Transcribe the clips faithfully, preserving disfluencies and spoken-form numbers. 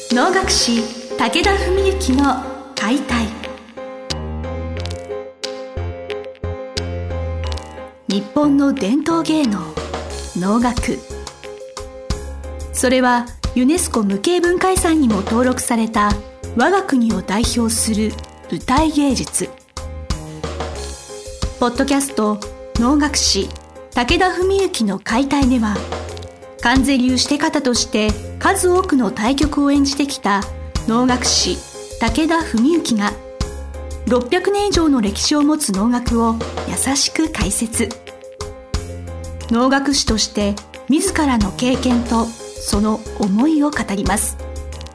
能楽師武田文幸の解体。日本の伝統芸能能楽、それはユネスコ無形文化遺産にも登録された我が国を代表する舞台芸術。ポッドキャスト能楽師武田文幸の解体では、観世流して方として数多くの大曲を演じてきた能楽師武田文幸がろっぴゃくねん以上の歴史を持つ能楽を優しく解説。能楽師として自らの経験とその思いを語ります。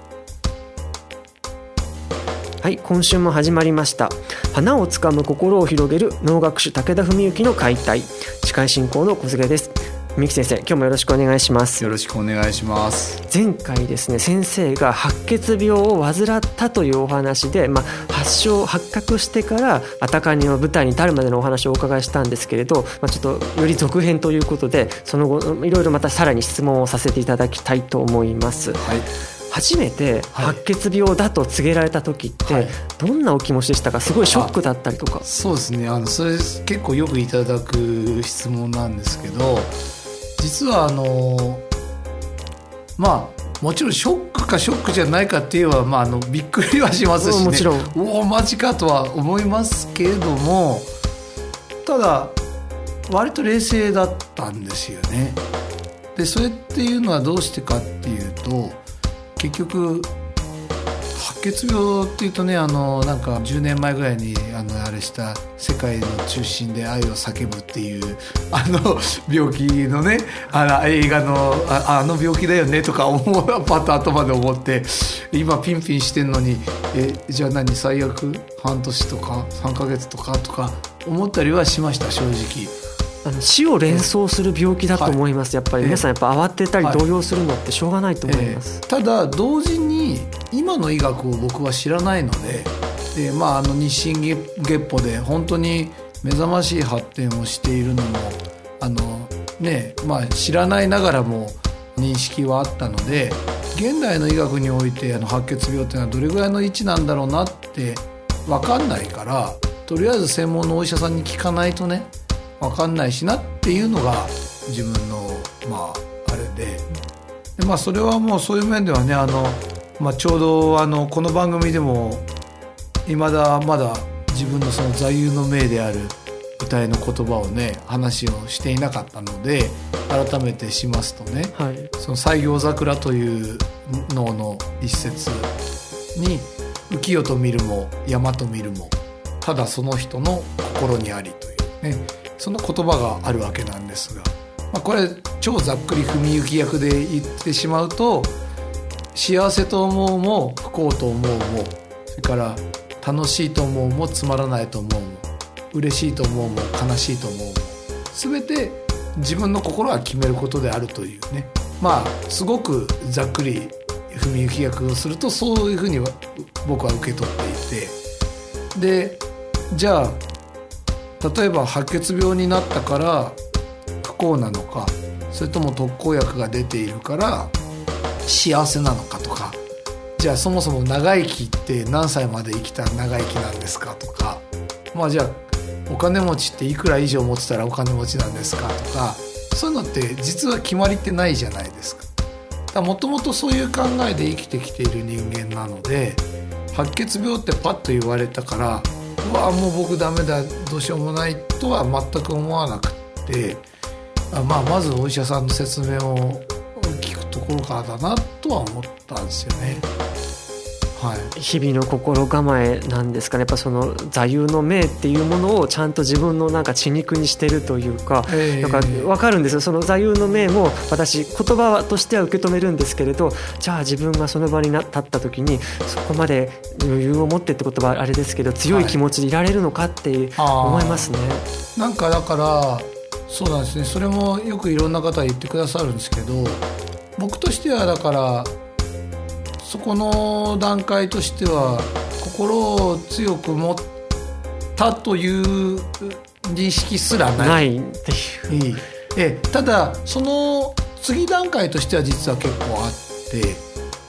はい、今週も始まりました。花をつかむ心を広げる能楽師武田文幸の解体。司会進行の小菅です。文幸先生、今日もよろしくお願いします。 よろしくお願いします。 前回ですね、先生が白血病を患ったというお話で、まあ、発症発覚してからあたかにの舞台に至るまでのお話をお伺いしたんですけれど、まあ、ちょっとより続編ということで、その後いろいろまたさらに質問をさせていただきたいと思います。 はい、 初めて白血病だと告げられた時って、はい、どんなお気持ちでしたか？すごいショックだったりとか。 そうですね、あのそれ結構よくいただく質問なんですけど、実はあのまあもちろんショックかショックじゃないかっていうのは、まあ、あのびっくりはしますしね、 もちろんおおマジかとは思いますけれども、ただ割と冷静だったんですよね。でそれっていうのはどうしてかっていうと、結局白血病っていうとね、あのなんかじゅうねんまえぐらいにあのあれした世界の中心で愛を叫ぶっていうあの病気のね、あの映画の あ, あの病気だよねとか思うパッと後まで思って、今ピンピンしてんのにえじゃあ何最悪半年とかさんかげつとかとか思ったりはしました。正直あの死を連想する病気だと思います。やっぱり皆さんやっぱ慌てたり動揺するのってしょうがないと思います。 えー、ただ同時に今の医学を僕は知らないので、で、まあ、あの日進月歩で本当に目覚ましい発展をしているのもあの、ねまあ、知らないながらも認識はあったので、現代の医学においてあの白血病っていうのはどれぐらいの位置なんだろうなって分かんないから、とりあえず専門のお医者さんに聞かないとね分かんないしなっていうのが自分の、まあ、あれ で, で、まあ、それはもうそういう面ではね、あの、まあ、ちょうどあのこの番組でもいまだまだ自分のその座右の銘である歌いの言葉をね話をしていなかったので、改めてしますとね、はい、その西行桜という能の一節に浮世と見るも山と見るもただその人の心にありというね、その言葉があるわけなんですが、まあ、これ超ざっくり文幸役で言ってしまうと、幸せと思うも不幸と思うも、それから楽しいと思うもつまらないと思うも、嬉しいと思うも悲しいと思うも、全て自分の心が決めることであるというね、まあすごくざっくり文幸役をするとそういうふうに僕は受け取っていて、でじゃあ例えば白血病になったから不幸なのか、それとも特効薬が出ているから幸せなのかとか、じゃあそもそも長生きって何歳まで生きたら長生きなんですかとか、まあじゃあお金持ちっていくら以上持ってたらお金持ちなんですかとか、そういうのって実は決まりってないじゃないですか。もともとそういう考えで生きてきている人間なので、白血病ってパッと言われたからうわもう僕ダメだどうしようもないとは全く思わなくて、あ、まあ、まずお医者さんの説明を聞くところからだなとは思ったんですよね。はい、 日々の心構えなんですかね。やっぱその座右の銘っていうものをちゃんと自分のなんか血肉にしてるというか、えー、なんか分かるんですよ。その座右の銘も私言葉としては受け止めるんですけれど、じゃあ自分がその場に立った時にそこまで余裕を持ってって言葉あれですけど、強い気持ちでいられるのかって思いますね。はい、 なんかだからそうなんですね。それもよくいろんな方が言ってくださるんですけど、僕としてはだからそこの段階としては心を強く持ったという認識すらない、 ないっていう、 ええ、ただその次段階としては実は結構あって、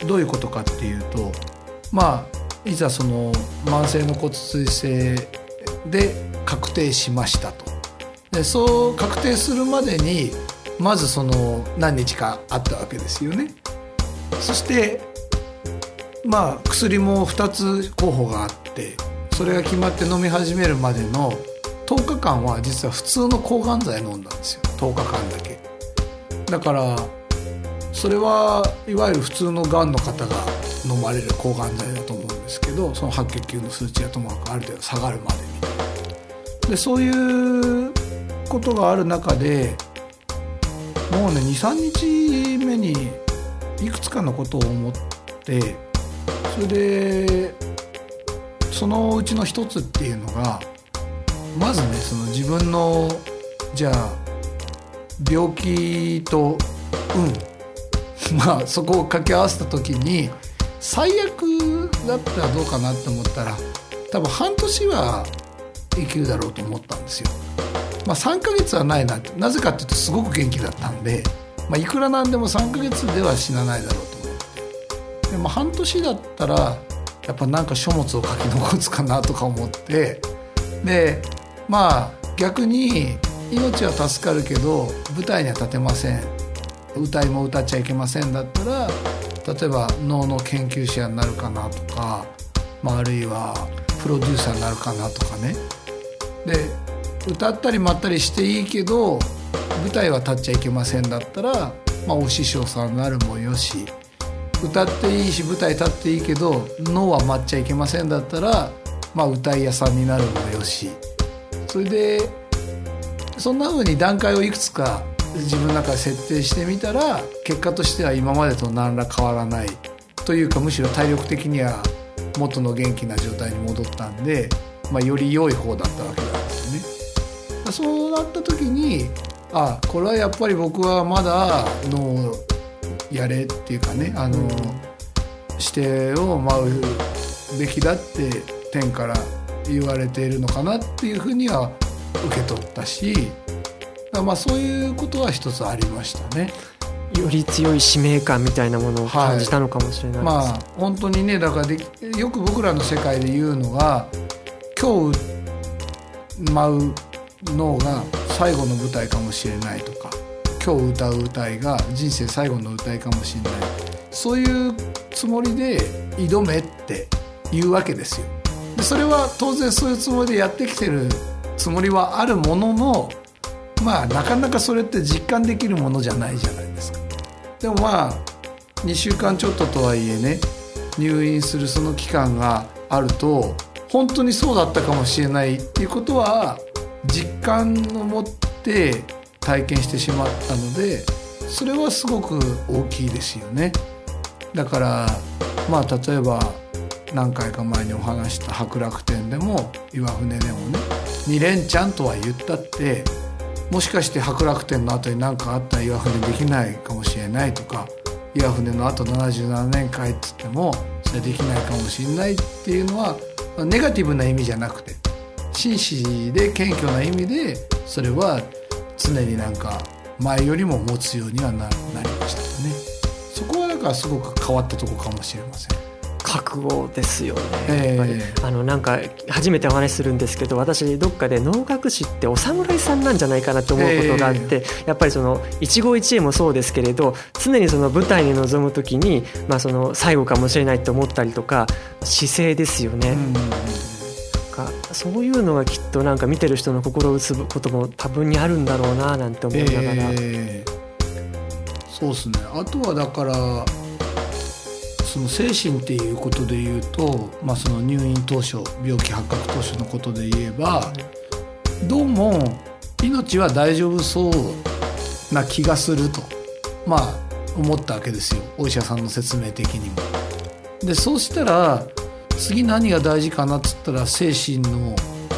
どういうことかっていうと、まあいざその慢性の骨髄性で確定しましたと。でそう確定するまでにまずその何日かあったわけですよね。そしてまあ薬もふたつ候補があって、それが決まって飲み始めるまでのとおかかんは実は普通の抗がん剤飲んだんですよ。とおかかんだけだから、それはいわゆる普通のがんの方が飲まれる抗がん剤だと思うんですけど、その白血球の数値がともかくある程度下がるまでみたいな。でそういうことがある中で、もうね にさんにちめにいくつかのことを思って、それでそのうちの一つっていうのが、まずねその自分のじゃあ病気と運まあそこを掛け合わせた時に、最悪だったらどうかなって思ったら、多分半年は生きるだろうと思ったんですよ。まあさんかげつはないなって。なぜかっていうとすごく元気だったんで、まあ、いくらなんでもさんかげつでは死なないだろうと思って、でも半年だったらやっぱなんか書物を書き残すかなとか思って、でまあ逆に命は助かるけど舞台には立てません、歌いも歌っちゃいけませんだったら、例えば脳の研究者になるかなとか、まあ、あるいはプロデューサーになるかなとかね。で歌ったりまったりしていいけど舞台は立っちゃいけませんだったら、まあ、お師匠さんになるもよし、歌っていいし舞台立っていいけど脳は待っちゃいけませんだったら、まあ、歌い屋さんになるもよし、それでそんな風に段階をいくつか自分の中で設定してみたら、結果としては今までと何ら変わらないというか、むしろ体力的には元の元気な状態に戻ったんで、まあ、より良い方だったわけなんですよね。そうなった時に、あ、これはやっぱり僕はまだ脳をやれっていうかね、あの、うん、指定を舞うべきだって天から言われているのかなっていうふうには受け取ったし、まあそういうことは一つありましたね。 より強い使命感みたいなものを感じたのかもしれないです、 はい、まあ本当にね、だからでよく僕らの世界で言うのが、今日舞う脳が最後の舞台かもしれないとか、今日歌う歌いが人生最後の歌いかもしれない、そういうつもりで挑めって言うわけですよ。でそれは当然そういうつもりでやってきてるつもりはあるものの、まあなかなかそれって実感できるものじゃないじゃないですか。でもまあにしゅうかんちょっととはいえね、入院するその期間があると本当にそうだったかもしれないっていうことは実感を持って体験してしまったので、それはすごく大きいですよね。だからまあ例えば何回か前にお話した白楽天でも岩船でもね、に連チャンとは言ったって、もしかして白楽天の後に何かあったら岩船できないかもしれないとか、岩船の後ななじゅうななねんかいって言ってもそれできないかもしれないっていうのはネガティブな意味じゃなくて、真摯で謙虚な意味でそれは常になんか前よりも持つようには な, なりましたね。そこはだからすごく変わったところかもしれません。 覚悟ですよね、 えー、 やっぱりあのなんか初めてお話しするんですけど、私どっかで能楽師ってお侍さんなんじゃないかなと思うことがあって、えー、やっぱりその一期一会もそうですけれど、常にその舞台に臨む時に、まあ、その最後かもしれないと思ったりとか、姿勢ですよね、うん、なんかそういうのがきっとなんか見てる人の心を打つことも多分にあるんだろうななんて思いながら、 えー、そうですね。あとはだからその精神っていうことで言うと、まあ、その入院当初、病気発覚当初のことで言えば、どうも命は大丈夫そうな気がすると、まあ、思ったわけですよ、お医者さんの説明的にも。でそうしたら次何が大事かなっつったら、精神のコントロー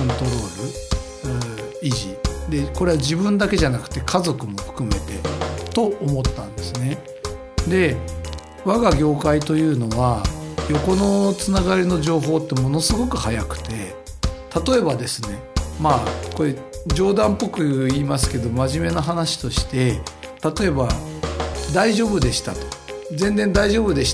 ル、維持で、これは自分だけじゃなくて家族も含めてと思ったんですね。で我が業界というのは横のつながりの情報ってものすごく早くて、例えばですね、まあこれ冗談っぽく言いますけど真面目な話として、例えば大丈夫でしたと、全然大丈夫でしたっ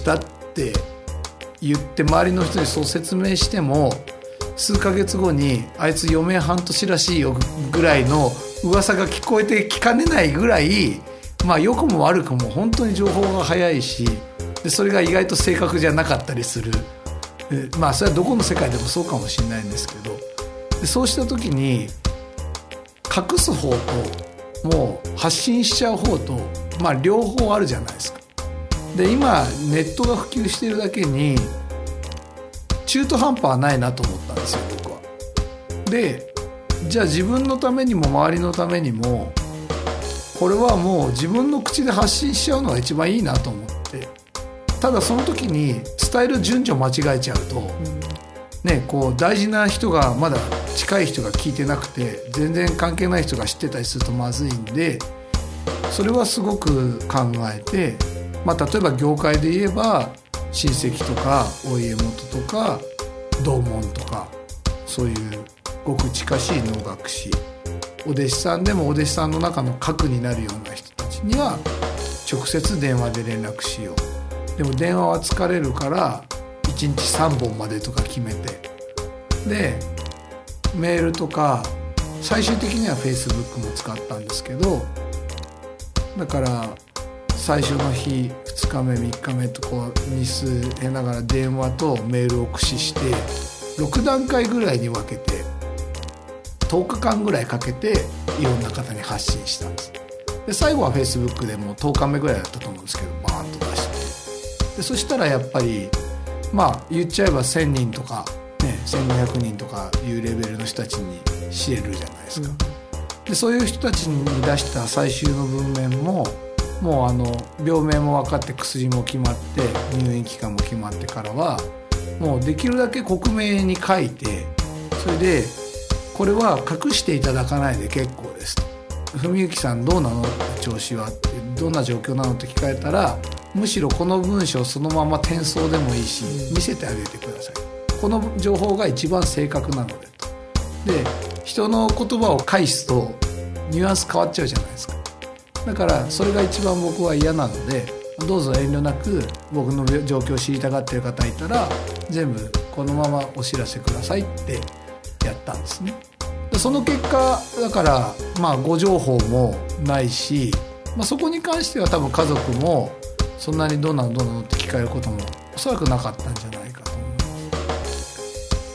って言って周りの人にそう説明しても数ヶ月後にあいつ余命半年らしいよぐらいの噂が聞こえて聞かねないぐらい、まあ良くも悪くも本当に情報が早いし、でそれが意外と正確じゃなかったりする。まあそれはどこの世界でもそうかもしれないんですけど、でそうした時に隠す方ともう発信しちゃう方と、まあ両方あるじゃないですか。で今ネットが普及しているだけに中途半端はないなと思ったんですよ僕は。でじゃあ自分のためにも周りのためにもこれはもう自分の口で発信しちゃうのが一番いいなと思って、ただその時に伝える順序間違えちゃうと、うんね、こう大事な人がまだ近い人が聞いてなくて全然関係ない人が知ってたりするとまずいんで、それはすごく考えて、まあ、例えば業界で言えば親戚とかお家元とか同門とかそういうごく近しい能楽師、お弟子さんでもお弟子さんの中の核になるような人たちには直接電話で連絡しよう。でも電話は疲れるからいちにちさんぼんまでとか決めて、でメールとか最終的には Facebook も使ったんですけど、だから最初の日ふつかめみっかめとこう日数経ながら電話とメールを駆使してろくだんかいぐらいに分けてとおかかんぐらいかけていろんな方に発信したんです。で最後は Facebook でもとおかめぐらいだったと思うんですけどバーンと出して、でそしたらやっぱりまあ言っちゃえばせんにんとか、ね、せんごひゃくにんとかいうレベルの人たちに知れるじゃないですか、うん、でそういう人たちに出した最終の文面ももうあの病名も分かって薬も決まって入院期間も決まってからはもうできるだけ克明に書いて、それでこれは隠していただかないで結構ですと、文幸さんどうなの調子はってどんな状況なのって聞かれたら、むしろこの文章そのまま転送でもいいし見せてあげてください、この情報が一番正確なのでと。で人の言葉を返すとニュアンス変わっちゃうじゃないですか。だからそれが一番僕は嫌なので、どうぞ遠慮なく僕の状況を知りたがっている方いたら全部このままお知らせくださいってやったんですね。でその結果だからまあ誤情報もないし、まあ、そこに関しては多分家族もそんなにどうなのどうなのって聞かれることもおそらくなかったんじゃないかと思います。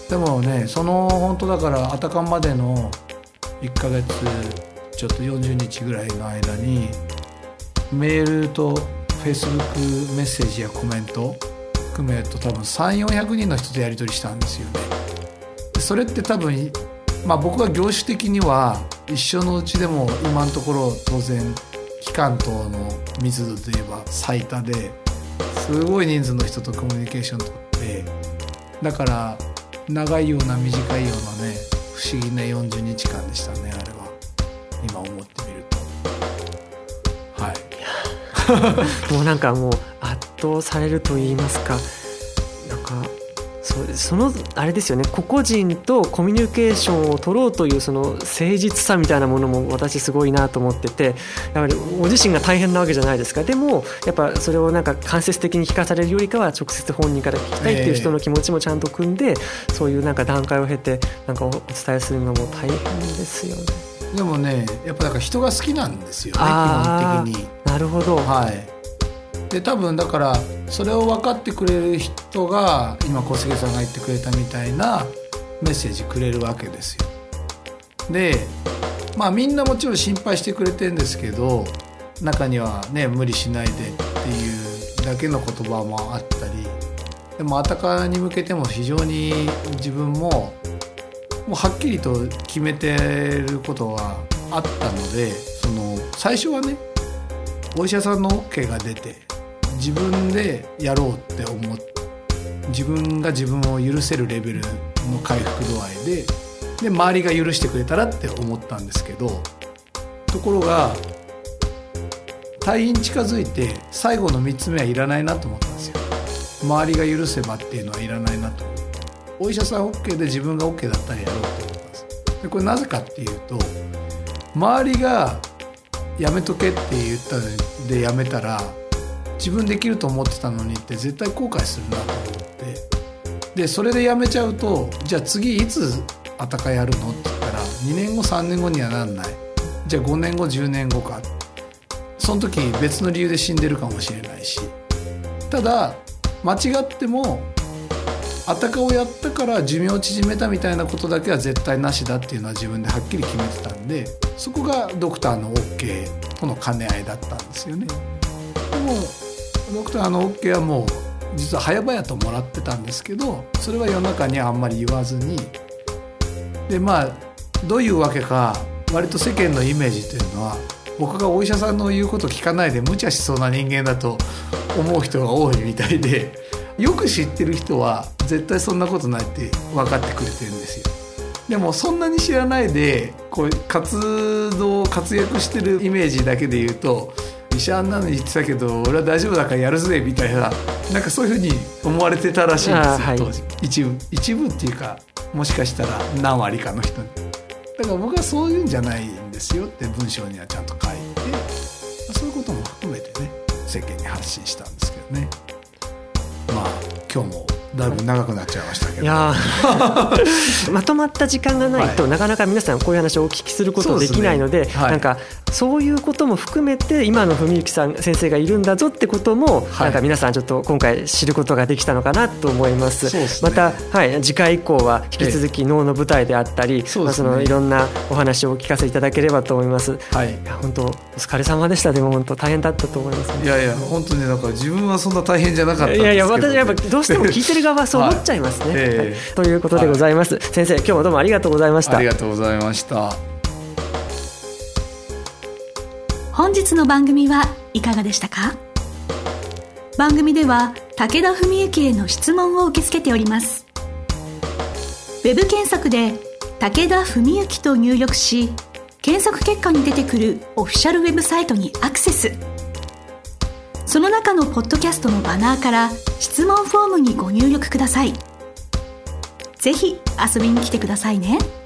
でもね、その本当だからあたかんまでのいっかげつちょっとよんじゅうにちぐらいの間にメールと Facebook メッセージやコメント含めると多分さんびゃくよんひゃくにんの人とやり取りしたんですよね。それって多分、まあ、僕は業種的には一緒のうちでも今のところ当然機関等の密度といえば最多ですごい人数の人とコミュニケーション取って、だから長いような短いようなね不思議なよんじゅうにちかんでしたね、あれは今思ってみると。はいもうなんかもう圧倒されると言いますか、なんかそ, そのあれですよね、個々人とコミュニケーションを取ろうというその誠実さみたいなものも私すごいなと思ってて、やはりご自身が大変なわけじゃないですか。でもやっぱそれをなんか間接的に聞かされるよりかは直接本人から聞きたいっていう人の気持ちもちゃんと組んで、えー、そういうなんか段階を経てなんかお伝えするのも大変ですよね。 でもねやっぱだから人が好きなんですよね、基本的に。 なるほど。 はい。で多分だからそれを分かってくれる人が今小菅さんが言ってくれたみたいなメッセージくれるわけですよ。でまあみんなもちろん心配してくれてるんですけど、中にはね無理しないでっていうだけの言葉もあったり、でもあたかに向けても非常に自分ももうはっきりと決めてることはあったので、その最初はねお医者さんの OK が出て自分でやろうって思って、自分が自分を許せるレベルの回復度合いでで周りが許してくれたらって思ったんですけど、ところが退院近づいて最後のみっつめはいらないなと思ったんですよ。周りが許せばっていうのはいらないなと思って、お医者さん OK で自分が OK だったらやろうと思ったんです。でこれなぜかっていうと、周りがやめとけって言ったのでやめたら自分できると思ってたのにって絶対後悔するなと思って、でそれでやめちゃうと、じゃあ次いつアタカやるのって言ったらにねんごさんねんごにはなんない。じゃあごねんごじゅうねんごか、その時別の理由で死んでるかもしれないし、ただ間違ってもアタカをやったから寿命を縮めたみたいなことだけは絶対なしだっていうのは自分ではっきり決めてたんで、そこがドクターの OK との兼ね合いだったんですよね。でもドクターの OK はもう実は早々ともらってたんですけど、それは世の中にはあんまり言わずに、でまあどういうわけか割と世間のイメージというのは、僕がお医者さんの言うこと聞かないで無茶しそうな人間だと思う人が多いみたいで、よく知ってる人は絶対そんなことないって分かってくれてるんですよ。でもそんなに知らないでこう活動活躍してるイメージだけで言うと、医者あんなの言ってたけど俺は大丈夫だからやるぜみたいな、なんかそういうふうに思われてたらしいんですよ、はい、当時一部一部っていうか、もしかしたら何割かの人に。だから僕はそういうんじゃないんですよって文章にはちゃんと書いて、そういうことも含めてね世間に発信したんですけどね。まあ今日もだいぶ長くなっちゃいましたけど、いやまとまった時間がないと、はい、なかなか皆さんこういう話をお聞きすることできないの で, で、ねはい、なんかそういうことも含めて今の文幸さん先生がいるんだぞってことも、はい、なんか皆さんちょっと今回知ることができたのかなと思います。 そうですね、 また、はい、次回以降は引き続き脳の舞台であったり、ええまあ、そのいろんなお話をお聞かせいただければと思います、はい、いや本当お疲れ様でした。でも本当大変だったと思います、ね、 いやいや本当になんか自分はそんな大変じゃなかったんですけど、ね、いやいや私やっぱどうしても聞いてる側はそう思っちゃいますね、はいえーはい、ということでございます、はい、先生今日もどうもありがとうございました。 ありがとうございました。 本日の番組はいかがでしたか？番組では武田文幸への質問を受け付けております。ウェブ検索で武田文幸と入力し、検索結果に出てくるオフィシャルウェブサイトにアクセス。その中のポッドキャストのバナーから質問フォームにご入力ください。ぜひ遊びに来てくださいね。